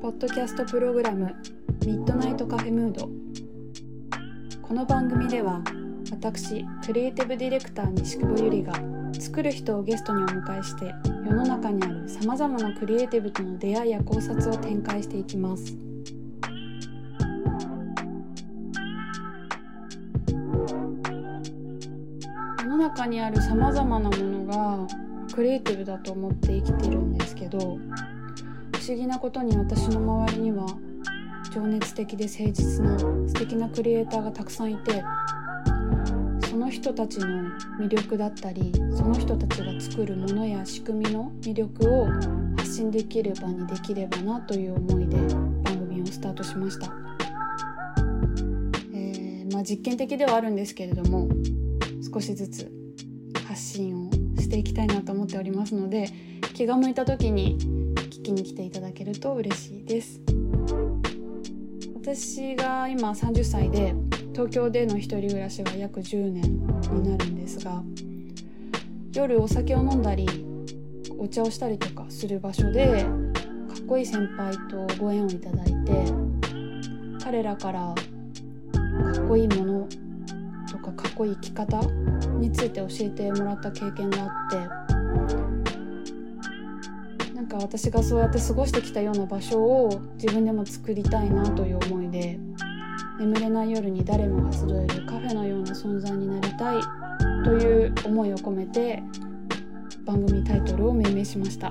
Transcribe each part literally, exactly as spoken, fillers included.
ポッドキャストプログラムミッドナイトカフェムード。この番組では私クリエイティブディレクター西久保ゆりが作る人をゲストにお迎えして世の中にあるさまざまなクリエイティブとの出会いや考察を展開していきます。世の中にあるさまざまなものがクリエイティブだと思って生きているんですけど、不思議なことに私の周りには情熱的で誠実な素敵なクリエイターがたくさんいて、その人たちの魅力だったりその人たちが作るものや仕組みの魅力を発信できる場にできればなという思いで番組をスタートしました。えーまあ、実験的ではあるんですけれども、少しずつ発信をしていきたいなと思っておりますので、気が向いた時に聞きに来ていただけると嬉しいです。私が今さんじゅっさいで東京での一人暮らしは約じゅうねんになるんですが、夜お酒を飲んだりお茶をしたりとかする場所でかっこいい先輩とご縁をいただいて、彼らからかっこいいものとかかっこいい生き方について教えてもらった経験があって、なんか私がそうやって過ごしてきたような場所を自分でも作りたいなという思いで、眠れない夜に誰もが集えるカフェのような存在になりたいという思いを込めて番組タイトルを命名しました。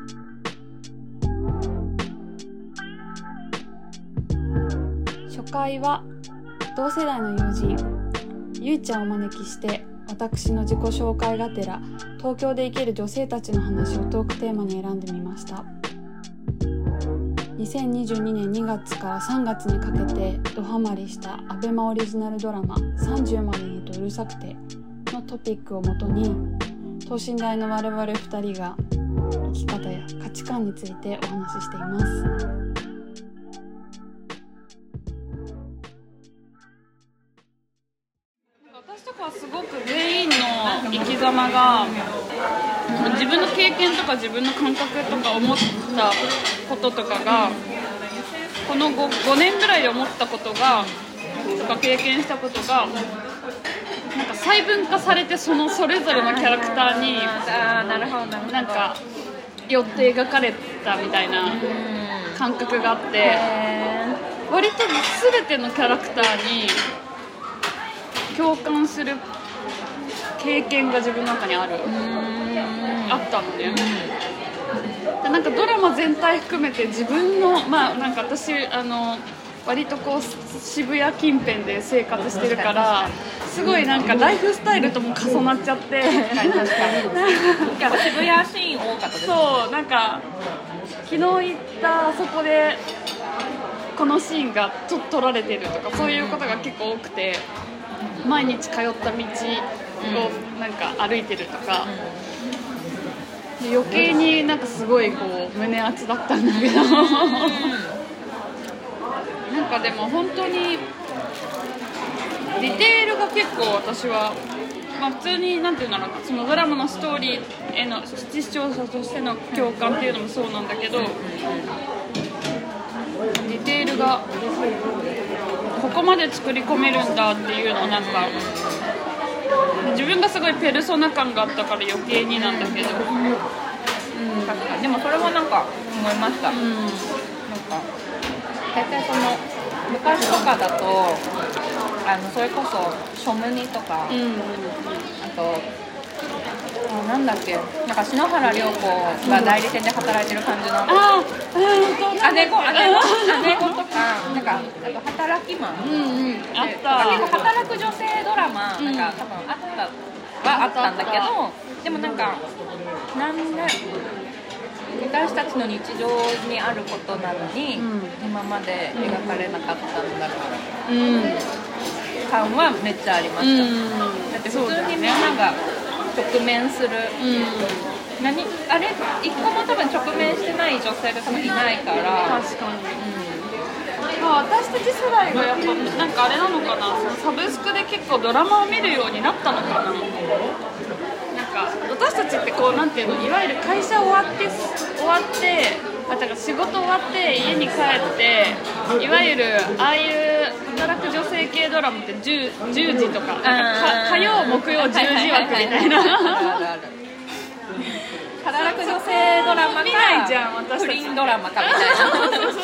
初回は同世代の友人ゆいちゃんをお招きして、私の自己紹介がてら東京で生きる女性たちの話をトークテーマに選んでみました。にせんにじゅうにねんにがつからさんがつにかけてドハマりしたアベマオリジナルドラマさんじゅうまでにとうるさくてのトピックをもとに、等身大の我々ふたりが生き方や価値観についてお話ししています。 私とかはすごく全員の生き様が自分の経験とか自分の感覚とか思ったこととかがこの 5, ごねんぐらいで思ったことがとか経験したことがなんか細分化されて、そのそれぞれのキャラクターになんかよって描かれたみたいな感覚があって、割と全てのキャラクターに共感する経験が自分の中にあるあったのね。でなんかドラマ全体含めて自分のまあなんか私あの割とこう渋谷近辺で生活してるから、すごいなんかライフスタイルとも重なっちゃって、確かに確かに渋谷シーン多かったですね。 そうなんか昨日行ったあそこでこのシーンがと撮られてるとか、そういうことが結構多くて、毎日通った道をなんか歩いてるとか、で余計になんかすごいこう胸熱だったんだけどなんかでも本当にディテールが結構私は、まあ、普通になんていうんだろうな、そのドラマのストーリーへの視聴者としての共感っていうのもそうなんだけど、ディテールがここまで作り込めるんだっていうのをなんか自分がすごいペルソナ感があったから余計になんだけど、うん、 確かにでもそれはなんか思いました、うん、なんか大体その昔とかだとあのそれこそショムニとか、うん、あとあなんだっけ、なんか篠原涼子が代理店で働いてる感じの、うん、あ姉子姉子とかなんかあと働きマン、うんうん、あった結構働く女性ドラマ、うん、なんか多分あったはあったんだけど、でもなんかなんで私たちの日常にあることなのに、うん、今まで描かれなかったんだろう、うん、感はめっちゃありました、うん、だって普通にみんなが直面する、うん、何あれ一個も多分直面してない女性が多分いないから。 確かに、うん、まあ、私たち世代がやっぱなんかあれなのかな、そのサブスクで結構ドラマを見るようになったのかな。なんか私たちってこうなんていうの、いわゆる会社終わって終わってだから仕事終わって家に帰っていわゆるああいう働く女性系ドラマって 10, 10時とか、なんか火曜木曜じゅうじ枠みたいな働く女性ドラマか見ないじゃん私たち不倫ドラマかみたいなそうそうそう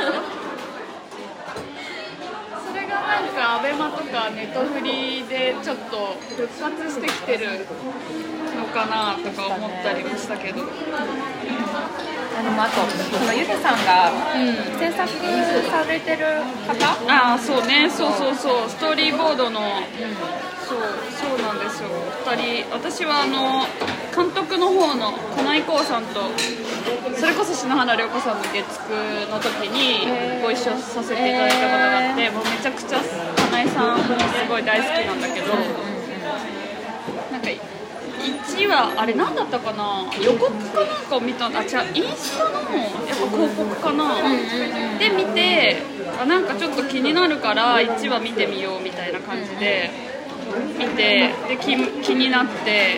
それがなんかアベマとかネットフリでちょっと復活してきてるのかなとか思ったりもしたけど、 あのあとそのゆげさんが制作されてる方、 ああそうね、そうそうそう、ストーリーボードの、うん、そうそうなんですよ。ふたり、私はあの監督の方の金井光さんと、それこそ篠原涼子さんの月9の時にご一緒させていただいたことがあって、もうめちゃくちゃ金井さんもすごい大好きなんだけど、なんかいちわあれ何だったかな、予告かなんかを見た、あ、違う、インスタのやっぱ広告かな、で見て、あ、なんかちょっと気になるからいちわ見てみようみたいな感じで見て、で 気, 気になって、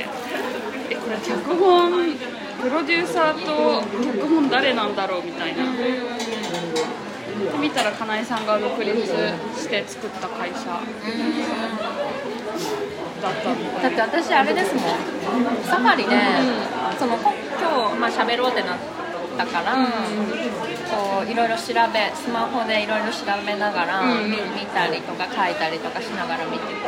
えこれ脚本プロデューサーと脚本誰なんだろうみたいな、見たら金井さんが独立して作った会社だったみたい。 だって私あれですもん、サファリで、うん、その今日まあ喋ろうってなったから、うん、こういろいろ調べ、スマホでいろいろ調べながら、うん、見, 見たりとか書いたりとかしながら見てて、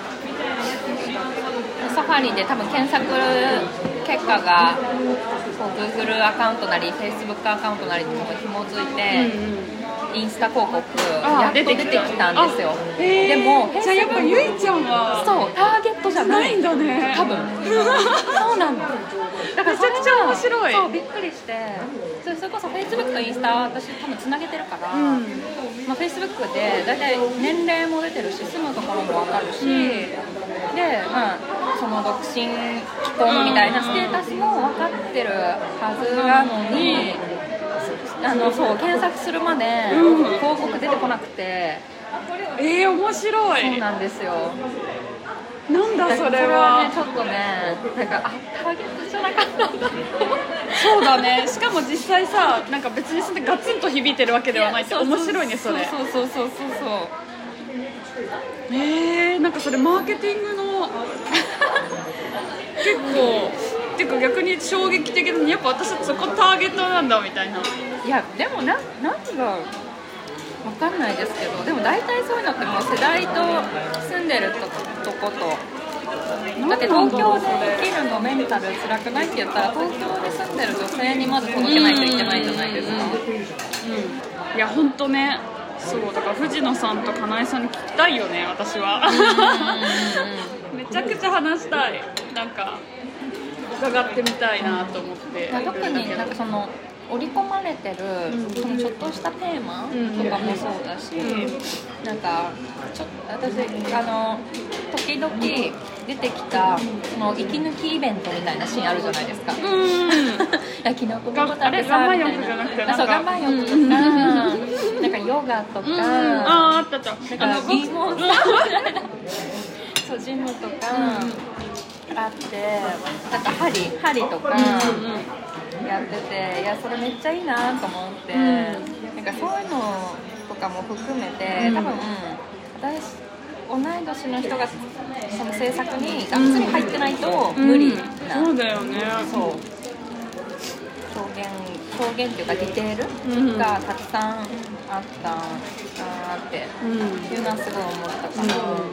うん、サファリで多分検索結果がこう Google アカウントなり Facebook アカウントなりとか紐づいて、うん、インスタ広告やっと出てきたんですよ。でもじゃあやっぱゆいちゃんはそうターゲットじゃないんだね、 多分そうなの。だからめちゃくちゃ面白い。 そうびっくりして、それこそ Facebook とインスタ私多分つなげてるから、うん、まあ、Facebook でだいたい年齢も出てるし住むところも分かるし、うん、で、まあ、その独身既婚みたいなステータスも分かってるはずなのに、あのそう検索するまで広告出てこなくて、 えー、面白い。 そうなんですよ。 なんだそれは。 ね、ちょっとね、なんかあターゲットじゃなかったんだそうだね。しかも実際さ、なんか別にそんなガツンと響いてるわけではないって面白いねそれ。 そうそうそうそうそう。 えー、なんかそれマーケティングの結構っていうか逆に衝撃的に、やっぱ私はそこターゲットなんだみたいな。 いやでもな何が分かんないですけど、でも大体そういうのってもう世代と住んでるとことだって東京で生きるのメンタル辛くないって言ったら東京で住んでる女性にまず届けないといけないじゃないですか。うん、うんうん、いや本当ね、そうだから藤野さんと金井さんに聞きたいよね私は。めちゃくちゃ話したい、なんか伺ってみたいなと思って。 特になんかその織り込まれてる、うん、そのちょっとしたテーマとかもそうだし、うん、なんかちょ私あの時々出てきたその息抜きイベントみたいなシーンあるじゃないですか。うん、昨日ここ食べたみたいな。 岩盤浴じゃなくてなんかそう岩盤浴とか、うん、なんかヨガとか、うん、 ああったあった、 なんかビーモンスターそうジムとか、うん、あって、なんか針針とか。うんうんやってて、いやそれめっちゃいいなと思って、うん、なんかそういうのとかも含めて、うん、多分私同い年の人がその制作にがっつり入ってないと無理な、 うん、そうだよね。 そう表現表現っていうかディテールがたくさんあったなっていうのはすごい思ったかな。うんうんうん、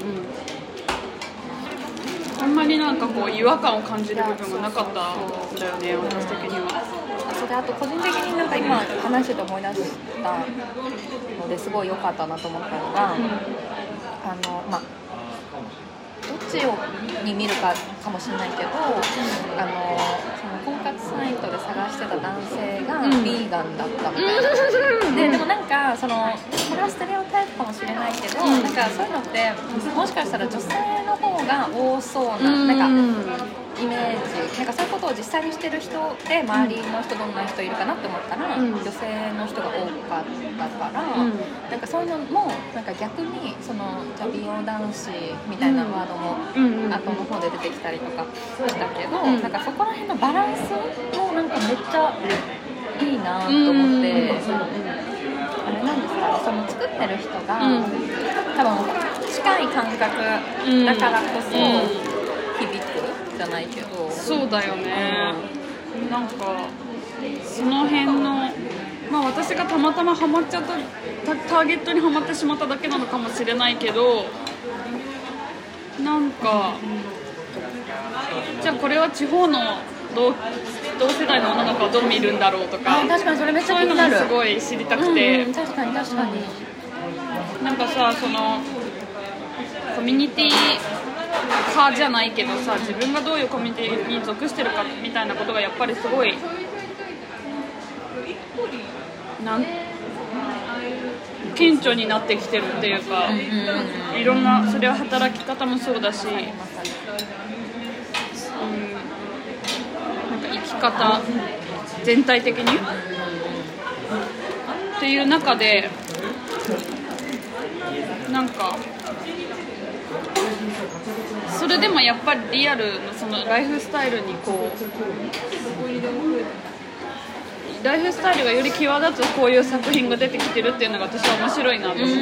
あんまりなんかこう違和感を感じる部分がなかったんだよね、私的には。 それあと個人的になんか今話してて思い出したのですごい良かったなと思ったのが、うん、あのまあどっちをに見るかかもしれないけど、あのその婚活サイトで探してた男性がビーガンだったみたいな、うん、で, でもなんかそのこれはステレオタイプかもしれないけど、うん、なんかそういうのってもしかしたら女性の方が多そうな、うん、なんかイメージ、なんかそういうことを実際にしてる人で周りの人どんな人いるかなって思ったら、うん、女性の人が多かったから、うん、なんかそういうのもなんか逆にそのじゃあ美容男子みたいなワードも後の方で出てきたりとかしたけど、うん、なんかそこら辺のバランスもなんかめっちゃいいなと思って、あれなんですかね、その作ってる人が、うん、多分近い感覚だからこそ響くじゃないけど、 そうだよね、うん、なんかその辺の、まあ、私がたまたまハマっちゃったタ、ターゲットにはまってしまっただけなのかもしれないけど、なんかじゃあこれは地方の同, 同世代の女の子はどう見るんだろうとか、 確かにそれめっちゃ気になる、 そういうのもすごい知りたくて、 うんうん、確かに確かに、 なんかさ、そのコミュニティ派じゃないけどさ、自分がどういうコミュニティに属してるかみたいなことがやっぱりすごいなん顕著になってきてるっていうか、うんうんうん、いろんな、それは働き方もそうだし、うん、なんか生き方全体的にっていう中で、なんかそれでもやっぱりリアルのそのライフスタイルにこうライフスタイルがより際立つこういう作品が出てきてるっていうのが私は面白いなと思って、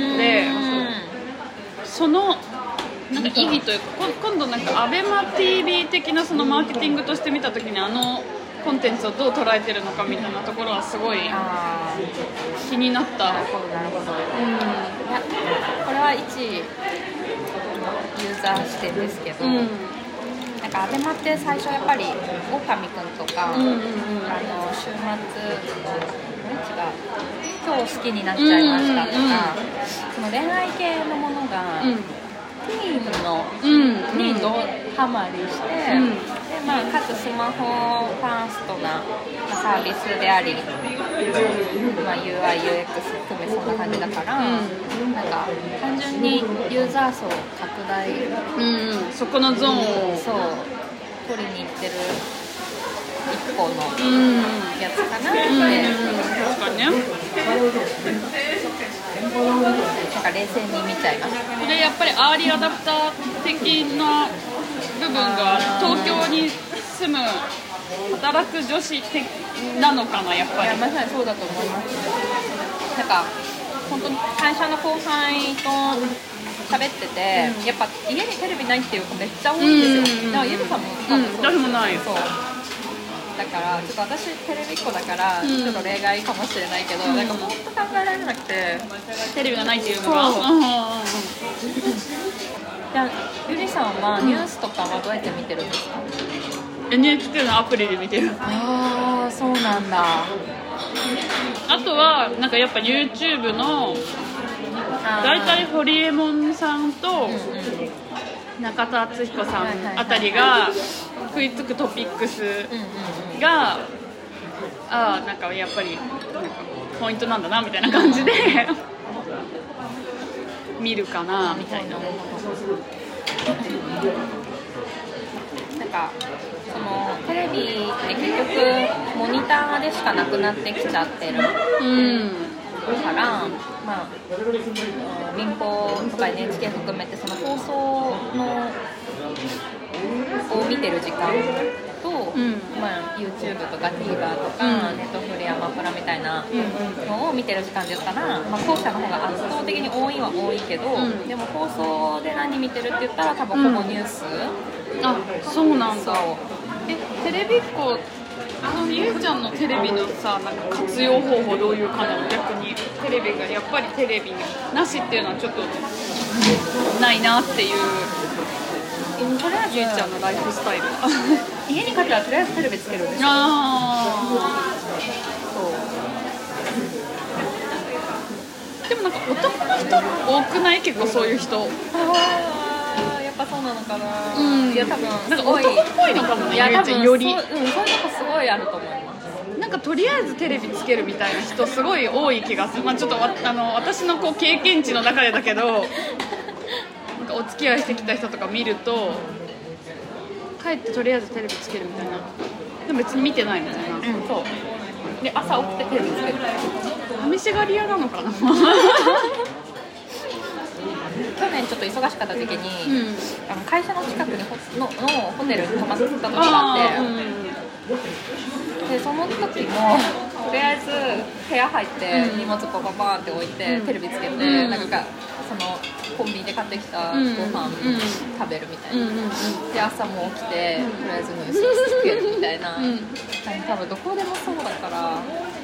そのなんか意義というか、今度なんかアベマ ティービー 的なそのマーケティングとして見たときにあのコンテンツをどう捉えてるのかみたいなところはすごい気になった。 なるほどなるほど、うん、いやこれは一ユーザー視点ですけど、うん、なんかアベマって最初やっぱりオオカミくんとか、うんうんうん、あの週末違う今日好きになっちゃいましたとか、うんうんうん、その恋愛系のものが、うんティーンの、うん、にドハマりして、うん、でまあ、かつスマホファーストなサービスであり、まあ、ユーアイユーエックス 含めそんな感じだから、うん、なんか単純にユーザー層拡大、 うん、そこのゾーンをそう取りに行ってる一個のやつかなって、うんうん、 確かにね、 なんか冷静に見ちゃいます。 でやっぱりアーリーアダプター的な部分が東京に住む働く女子的なのかな、やっぱり。 いやまさにそうだと思います。なんか本当に会社の後輩と喋ってて、うん、やっぱ家にテレビないっていう子めっちゃ多いんですよ。だからゆずさんも多分そう、 うん、私もない。 そうだからちょっと私テレビっ子だから、うん、ちょっと例外かもしれないけど、うん、なんか本当考えられなくてテレビがないっていうのが、そうじゃあゆりさんはニュースとかはどうやって見てるんですか？ エヌエイチケー のアプリで見てる。 ああそうなんだ。 あとはなんかやっぱ YouTube のだいたいホリエモンさんと中田敦彦さんあたりが食いつくトピックスが、ああなんかやっぱりなんかポイントなんだなみたいな感じで見るかなみたいな。 なんかそのテレビって結局モニターでしかなくなってきちゃってる、うんから、まあ、民放とか エヌエイチケー 含めてその放送のを見てる時間と、うんまあ、YouTube とか TVer とか、うん、ネットフリアマプラみたいなのを見てる時間で言ったら、まあ、後者の方が圧倒的に多いは多いけど、うん、でも放送で何見てるって言ったら多分ほぼニュース、 うん、あそうなんだ。えテレビっ子あのゆうちゃんのテレビのさなんか活用方法どういう感じなの？逆にテレビがやっぱりテレビなしっていうのはちょっとないなっていう。とりあえずゆうちゃんのライフスタイル家に帰ったらとりあえずテレビつけるんですよ。 あそうでもなんか男の人多くない？結構そういう人。 あやっぱそうなのかな。うんいや多分なんか男っぽいのかもね。いや多分よりそう、うん、そういうとこすごいあると思います。 なんかとりあえずテレビつけるみたいな人すごい多い気がする。まあちょっとあの私のこう経験値の中でだけど。なんかお付き合いしてきた人とか見ると帰ってとりあえずテレビつけるみたいな。でも別に見てないみたいな、うん、 そうで朝起きてテレビつける寂しがり屋なのかな去年ちょっと忙しかった時に、うん、あの会社の近くにホ の, のホテルに泊まった時があって、うん、 でその時もとりあえず部屋入って荷物こうババーンって置いて、うん、テレビつけて、うん、なんかそのコンビニで買ってきたご飯食べるみたいな、うんうんうん、で朝も起きて、うん、とりあえずニュースつけるみたいな、うん、多分どこでもそうだから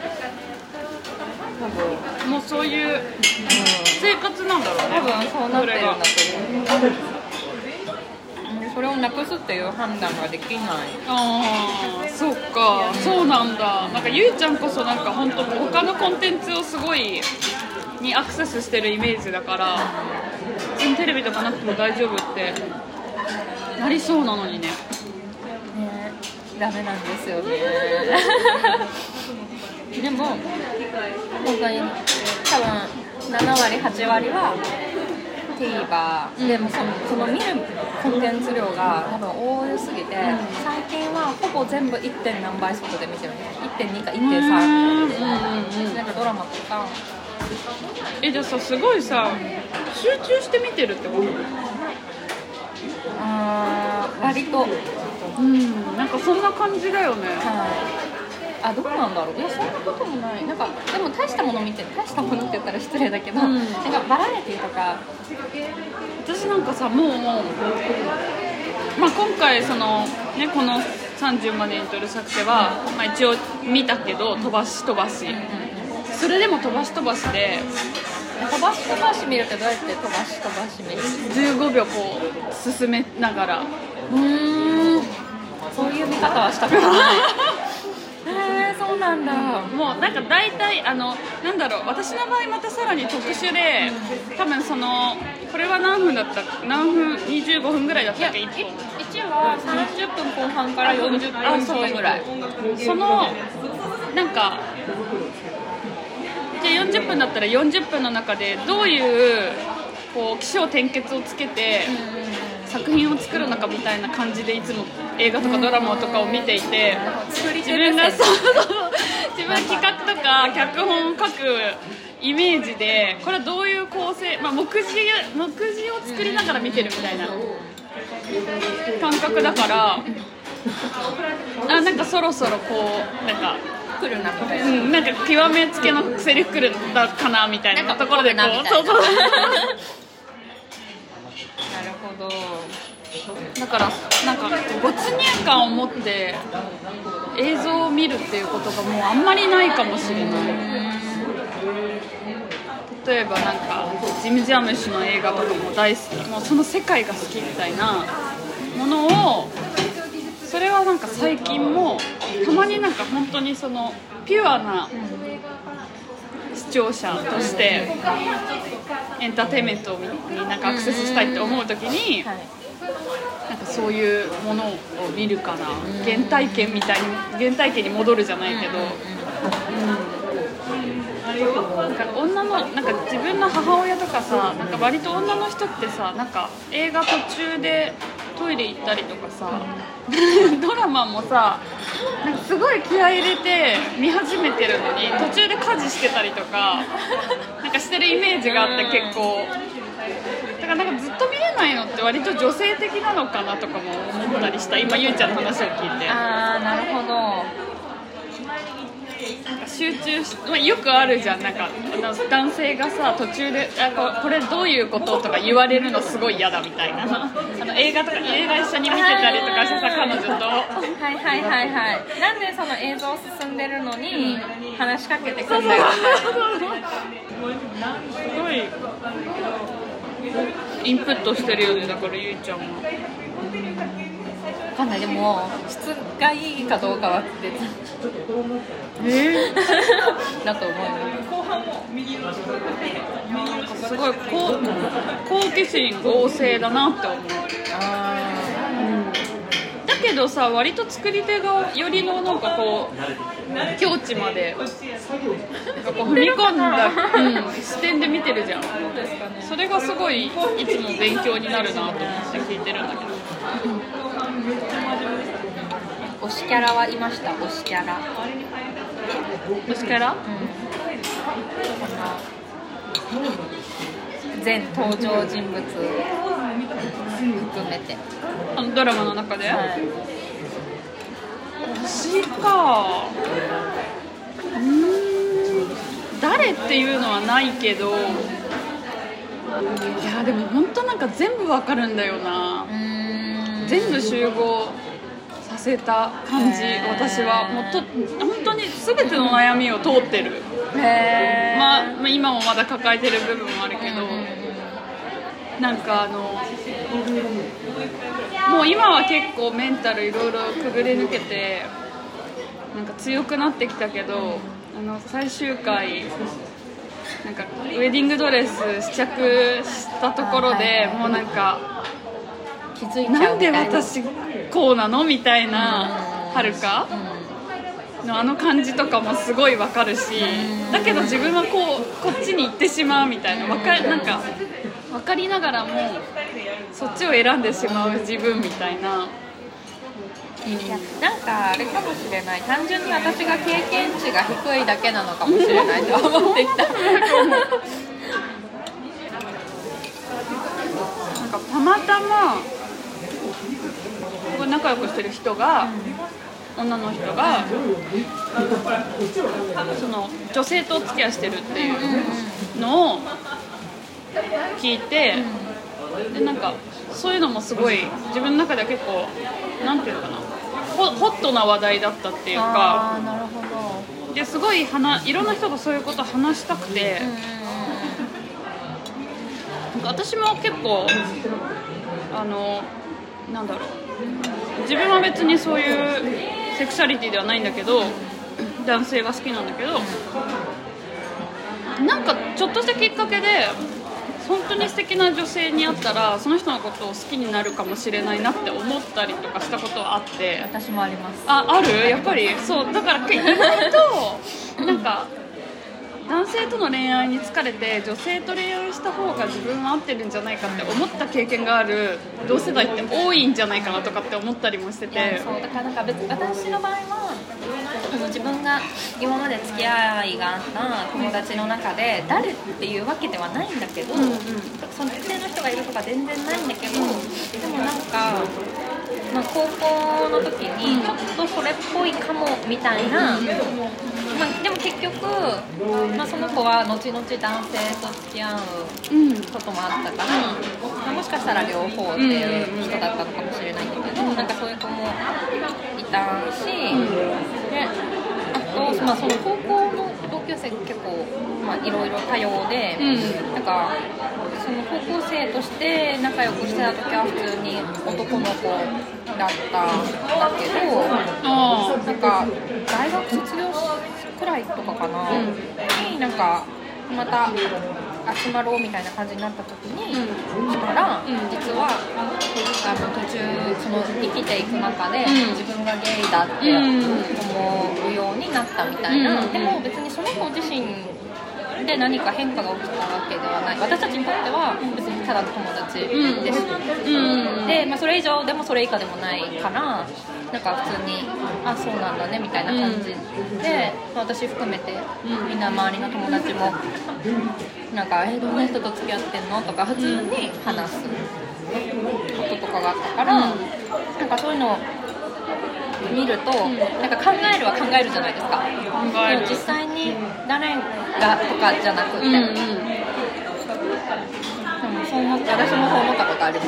多分もうそういう生活なんだろうね、 多分そうなってるんだと思う。それをなくすっていう判断ができない。 ああ、そうか、そうなんだ。なんかゆいちゃんこそなんか本当他のコンテンツをすごいにアクセスしてるイメージだから、別にテレビとかなくても大丈夫ってなりそうなのにね。ね、 ダメなんですよね。でも本当に多分ななわりはちわりはTVer、でも そ, その見るコンテンツ量が多分多すぎて、うん、最近はほぼ全部 いってん 何倍速で見てる。 いってんに か いってんさん、なんかドラマとか。 え、じゃあさ、すごいさ、集中して見てるってこと？ あー、割と、 うん、なんかそんな感じだよね。 はい、あ、どうなんだろう。いや、そんなこともない。なんかでも大したもの見てる。大したものって言ったら失礼だけど、うん、なんかバラエティとか。 私なんかさ、もう、まあ、今回そのね、このさんじゅうまでに撮る作成は、まあ、一応見たけど飛ばし飛ばし、それでも飛ばし飛ばしで、 飛ばし飛ばし見るってどうやって飛ばし飛ばし見る？ じゅうごびょうこう進めながら。 うーん、そういう見方はしたことないへー、そうなんだ。 もうなんか大体あのなんだろう、私の場合またさらに特殊で、多分そのこれは何分だった何分にじゅうごふんぐらいだったっけ？いっぽんいちはさんじゅっぷんこう半からよんじゅっぷんぐらい。 そのなんかじゃあよんじゅっぷんだったらよんじゅっぷんの中でどういうこう起承転結をつけて作品を作るのかみたいな感じでいつも映画とかドラマとかを見ていて、自分がそう自分企画とか脚本を書くイメージでこれはどういう構成、まあ、目次目次を作りながら見てるみたいな感覚だから、あ、なんかそろそろこうなんか来るなみたいな、 うん、なんか極めつけのセリフ来るんだかなみたいなところでこう、そうそうなるほど。 だからなんか没入感を持って映像を見るっていうことがもうあんまりないかもしれない。例えばなんかジム・ジャームッシュの映画とかも大好き、もうその世界が好きみたいなものを、それはなんか最近もたまになんか本当にそのピュアな視聴者としてエンターテインメントになんかアクセスしたいって思うときに、なんかそういうものを見るかな、原体験みたいに原体験に戻るじゃないけど、うん、なんか女のなんか自分の母親とかさ、なんか割と女の人ってさ、なんか映画途中でトイレ行ったりとかさドラマもさ、なんかすごい気合い入れて見始めてるのに途中で家事してたりとかなんかしてるイメージがあって、結構だからなんかずっと見れないのって割と女性的なのかなとかも思ったりした、今ゆいちゃんの話を聞いて。 あー、なるほど。 なんか集中し、まあ、よくあるじゃん、なんか男性がさ途中であ こ, これどういうこととか言われるのすごい嫌だみたいなあの映画とか映画一緒に見てたりとかしてさ、彼女とはいはいはいはい、なんでその映像進んでるのに話しかけてくるんだよすごいインプットしてるよね。だからゆいちゃんはわかんない、でも質がいいかどうかはってえー、 だと思う。 なんかすごい好奇心旺盛だなって思う。 あ、 うん、だけどさ、割と作り手がよりのなんかこう境地までなんかこう踏み込んだ、うん、視点で見てるじゃん。それがすごいいつも勉強になるなと思って聞いてるんだけど。 推しキャラはいました。推しキャラ推しキャラ、 うん、全登場人物含めてあのドラマの中で、 はい、推推しか、うーん、誰っていうのはないけど、いやでも本当なんか全部わかるんだよな。 うーん、 全部集合させた感じ。私はもうと本当に全ての悩みを通ってる。 へー、 まあ、まあ今もまだ抱えてる部分もあるけど、なんかあのもう今は結構メンタルいろいろくぐり抜けてなんか強くなってきたけど、あの最終回なんかウェディングドレス試着したところでもうなんか気づいちゃうみたいな。 なんで私こうなのみたいな、はるかのあの感じとかもすごいわかるし、だけど自分はこうこっちに行ってしまうみたいな、わかなんか分かりながらもそっちを選んでしまう自分みたいな。 いや、なんかあれかもしれない、単純に私が経験値が低いだけなのかもしれないと思ってきた。 なんかたまたま仲良くしてる人が、女の人がその女性とお付き合いしてるっていうのを聞いて、でなんかそういうのもすごい自分の中では結構なんていうのかな、ホ, ホットな話題だったっていうか。 あー、なるほど。 ですごい話いろんな人とそういうことを話したくて、なんか私も結構あのなんだろう、自分は別にそういうセクシャリティではないんだけど、男性が好きなんだけど、なんかちょっとしたきっかけで本当に素敵な女性に会ったらその人のことを好きになるかもしれないなって思ったりとかしたことはあって。 私もあります。 あ、ある？やっぱりそうだから意外となんか男性との恋愛に疲れて女性と恋愛した方が自分は合ってるんじゃないかって思った経験がある同世代って多いんじゃないかなとかって思ったりもしてて。 そうだからなんか別に私の場合はあの自分が今まで付き合いがあった友達の中で誰っていうわけではないんだけど、うんうん、その特定の人がいるとか全然ないんだけど、うん、でもなんか、まあ、高校の時にちょっとそれっぽいかもみたいな、うん、まあ、でも結局、まあ、その子は後々男性と付き合うこともあったから、うん、まあ、もしかしたら両方っていう人だったのかもしれないんだけど、うん、なんかそういう子もいたし、うん、であと、まあ、その高校の同級生が結構いろいろ多様で、うん、なんかその高校生として仲良くしてた時は普通に男の子だったんだけど、なんか大学卒業くらいとかかな、うん、になんかまた集まろうみたいな感じになった時に、うん、したら、うん、実はあの途中その生きていく中で、うん、自分がゲイだって思うようになったみたいな、うん、でも別にその子自身で何か変化が起きたわけではない。私たちにとっては別にただの友達です、うんうん、で、まあ、それ以上でもそれ以下でもないからなんか普通にあそうなんだねみたいな感じで、うん、私含めてみんな周りの友達もなんかえどんな人と付き合ってんのとか普通に話すこととかがあったから、うん、なんかそういうのを見ると、うん、なんか考えるは考えるじゃないですか。でも実際に誰がとかじゃなくて、うんうん、でもそう思って私もそう思ったことあります。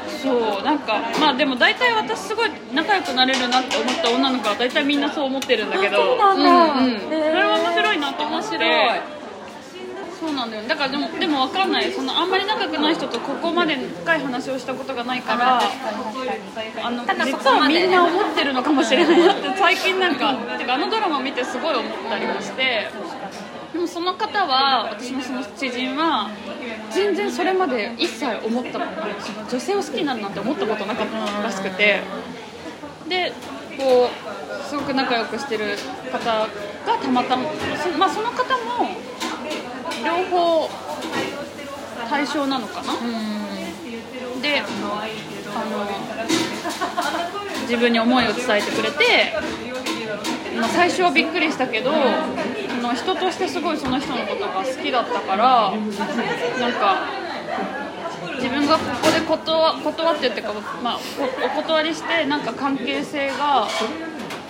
そうなんかまあでも大体私すごい仲良くなれるなって思った女の子は大体みんなそう思ってるんだけど、 そうなんだ、 うんうん、それは面白いなと思って。面白い。そうなんだよ。だからでもでも分かんない。そのあんまり仲良くない人とここまで深い話をしたことがないから、あの実はみんな思ってるのかもしれないなって最近なんかてかあのドラマを見てすごい思ったりもして。でもその方は私のその知人は全然それまで一切思ったその女性を好きになるなんて思ったことなかったらしくて、でこうすごく仲良くしてる方がたまたま そ,、まあ、その方も両方対象なのかな。うんであの自分に思いを伝えてくれて、まあ、最初はびっくりしたけどその人としてすごいその人のことが好きだったからなんか自分がここで断、断ってっていうか、まあ、お断りしてなんか関係性が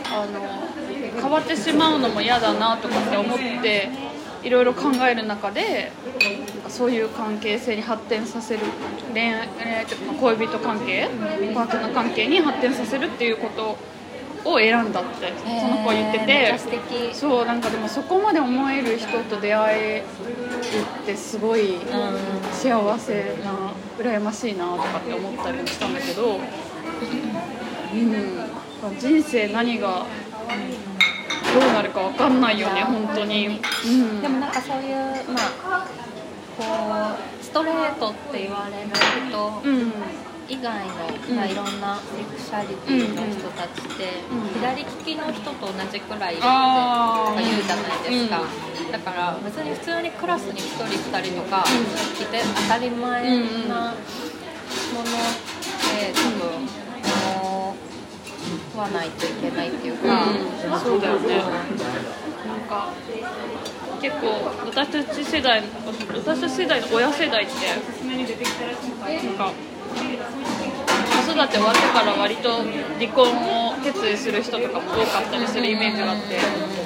あの変わってしまうのも嫌だなとかって思っていろいろ考える中で、なんかそういう関係性に発展させる、恋愛、恋愛というか恋人関係、パートナー関係に発展させるっていうことを選んだってその子は言ってて、 めっちゃ素敵。 そうなんかでもそこまで思える人と出会えるってすごい幸せな、羨ましいなとかって思ったりもしたんだけど、うん、人生何がどうなるか分かんないよね本当に、うん、 でもなんかそういうまあこうストレートって言われる人、うん以外の、 うんまあ、いろんなセクシャリティの人たちって、うん、左利きの人と同じくらいいるって言うじゃないですか、うん、だから別に普通にクラスにひとりふたりとかいて当たり前なものって多分思わないといけないっていうか、 うん、そうだよね。なんか結構私たち世代私たち世代の親世代ってなんか子育て終わってから割と離婚を決意する人とかも多かったりするイメージがあって、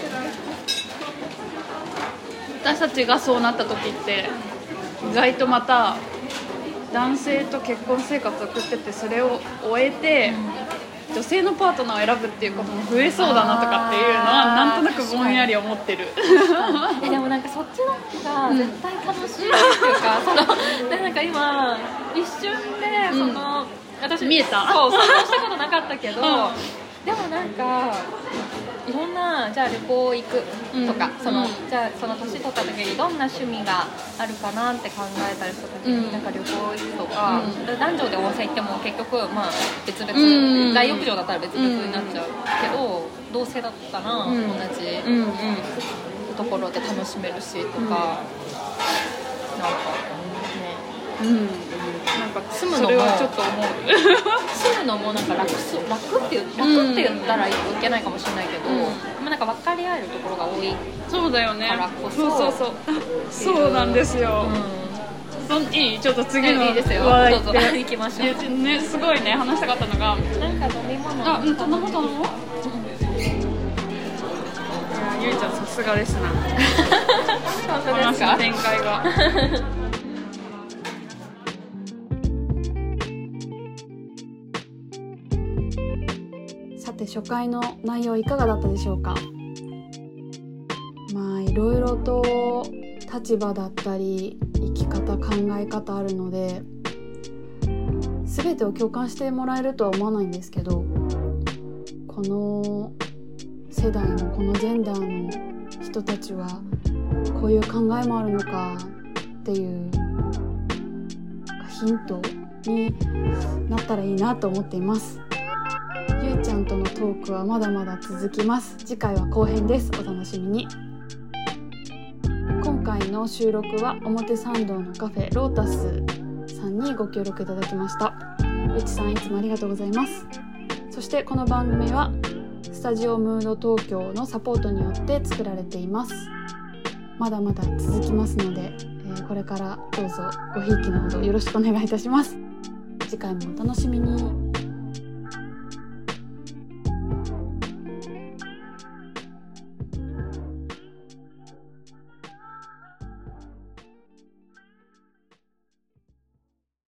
私たちがそうなった時って意外とまた男性と結婚生活を送っててそれを終えて女性のパートナーを選ぶっていうことも増えそうだなとかっていうのはなんとなくぼんやり思ってる。 えでもなんかそっちの方が絶対楽しいっていうか、うん、そのでなんか今一瞬でその、うん、私見えたそう想像したことなかったけど、うん、でもなんかいろんなじゃあ旅行行くとか、うん、その、うん、じゃあその年取った時にどんな趣味があるかなって考えたりした時に、うん、なんか旅行行くとか、うん、男女で温泉行っても結局まあ別々、うん、大浴場だったら別々になっちゃうけど、うん、同性だったら同じ、うんうん、ところで楽しめるしとか、うん、なんかね、 うんなんか住むのもそれはちょっと思う住むのもなんか 楽, 楽, って言楽って言ったらいけないかもしれないけど、うん、なんか分かり合えるところが多いそうだよねからこそそうそうそうそうなんですよ、うん、いいちょっと次のいいですよ話題どうぞ行きましょう、 ね、すごいね話したかったのがなんか飲み物あ、うん、頼もう頼もうゆいちゃんさすがですな話の展開がさて初回の内容いかがだったでしょうか。まあいろいろと立場だったり生き方考え方あるので全てを共感してもらえるとは思わないんですけど、この世代のこのジェンダーの人たちはこういう考えもあるのかっていうヒントになったらいいなと思っています。ゆいちゃんとのトークはまだまだ続きます。次回は後編です。お楽しみに。今回の収録は表参道のカフェロータスさんにご協力いただきました。ゆちさんいつもありがとうございます。そしてこの番組はスタジオムード東京のサポートによって作られています。まだまだ続きますので、えー、これからどうぞごひいきのほどよろしくお願いいたします。次回もお楽しみに。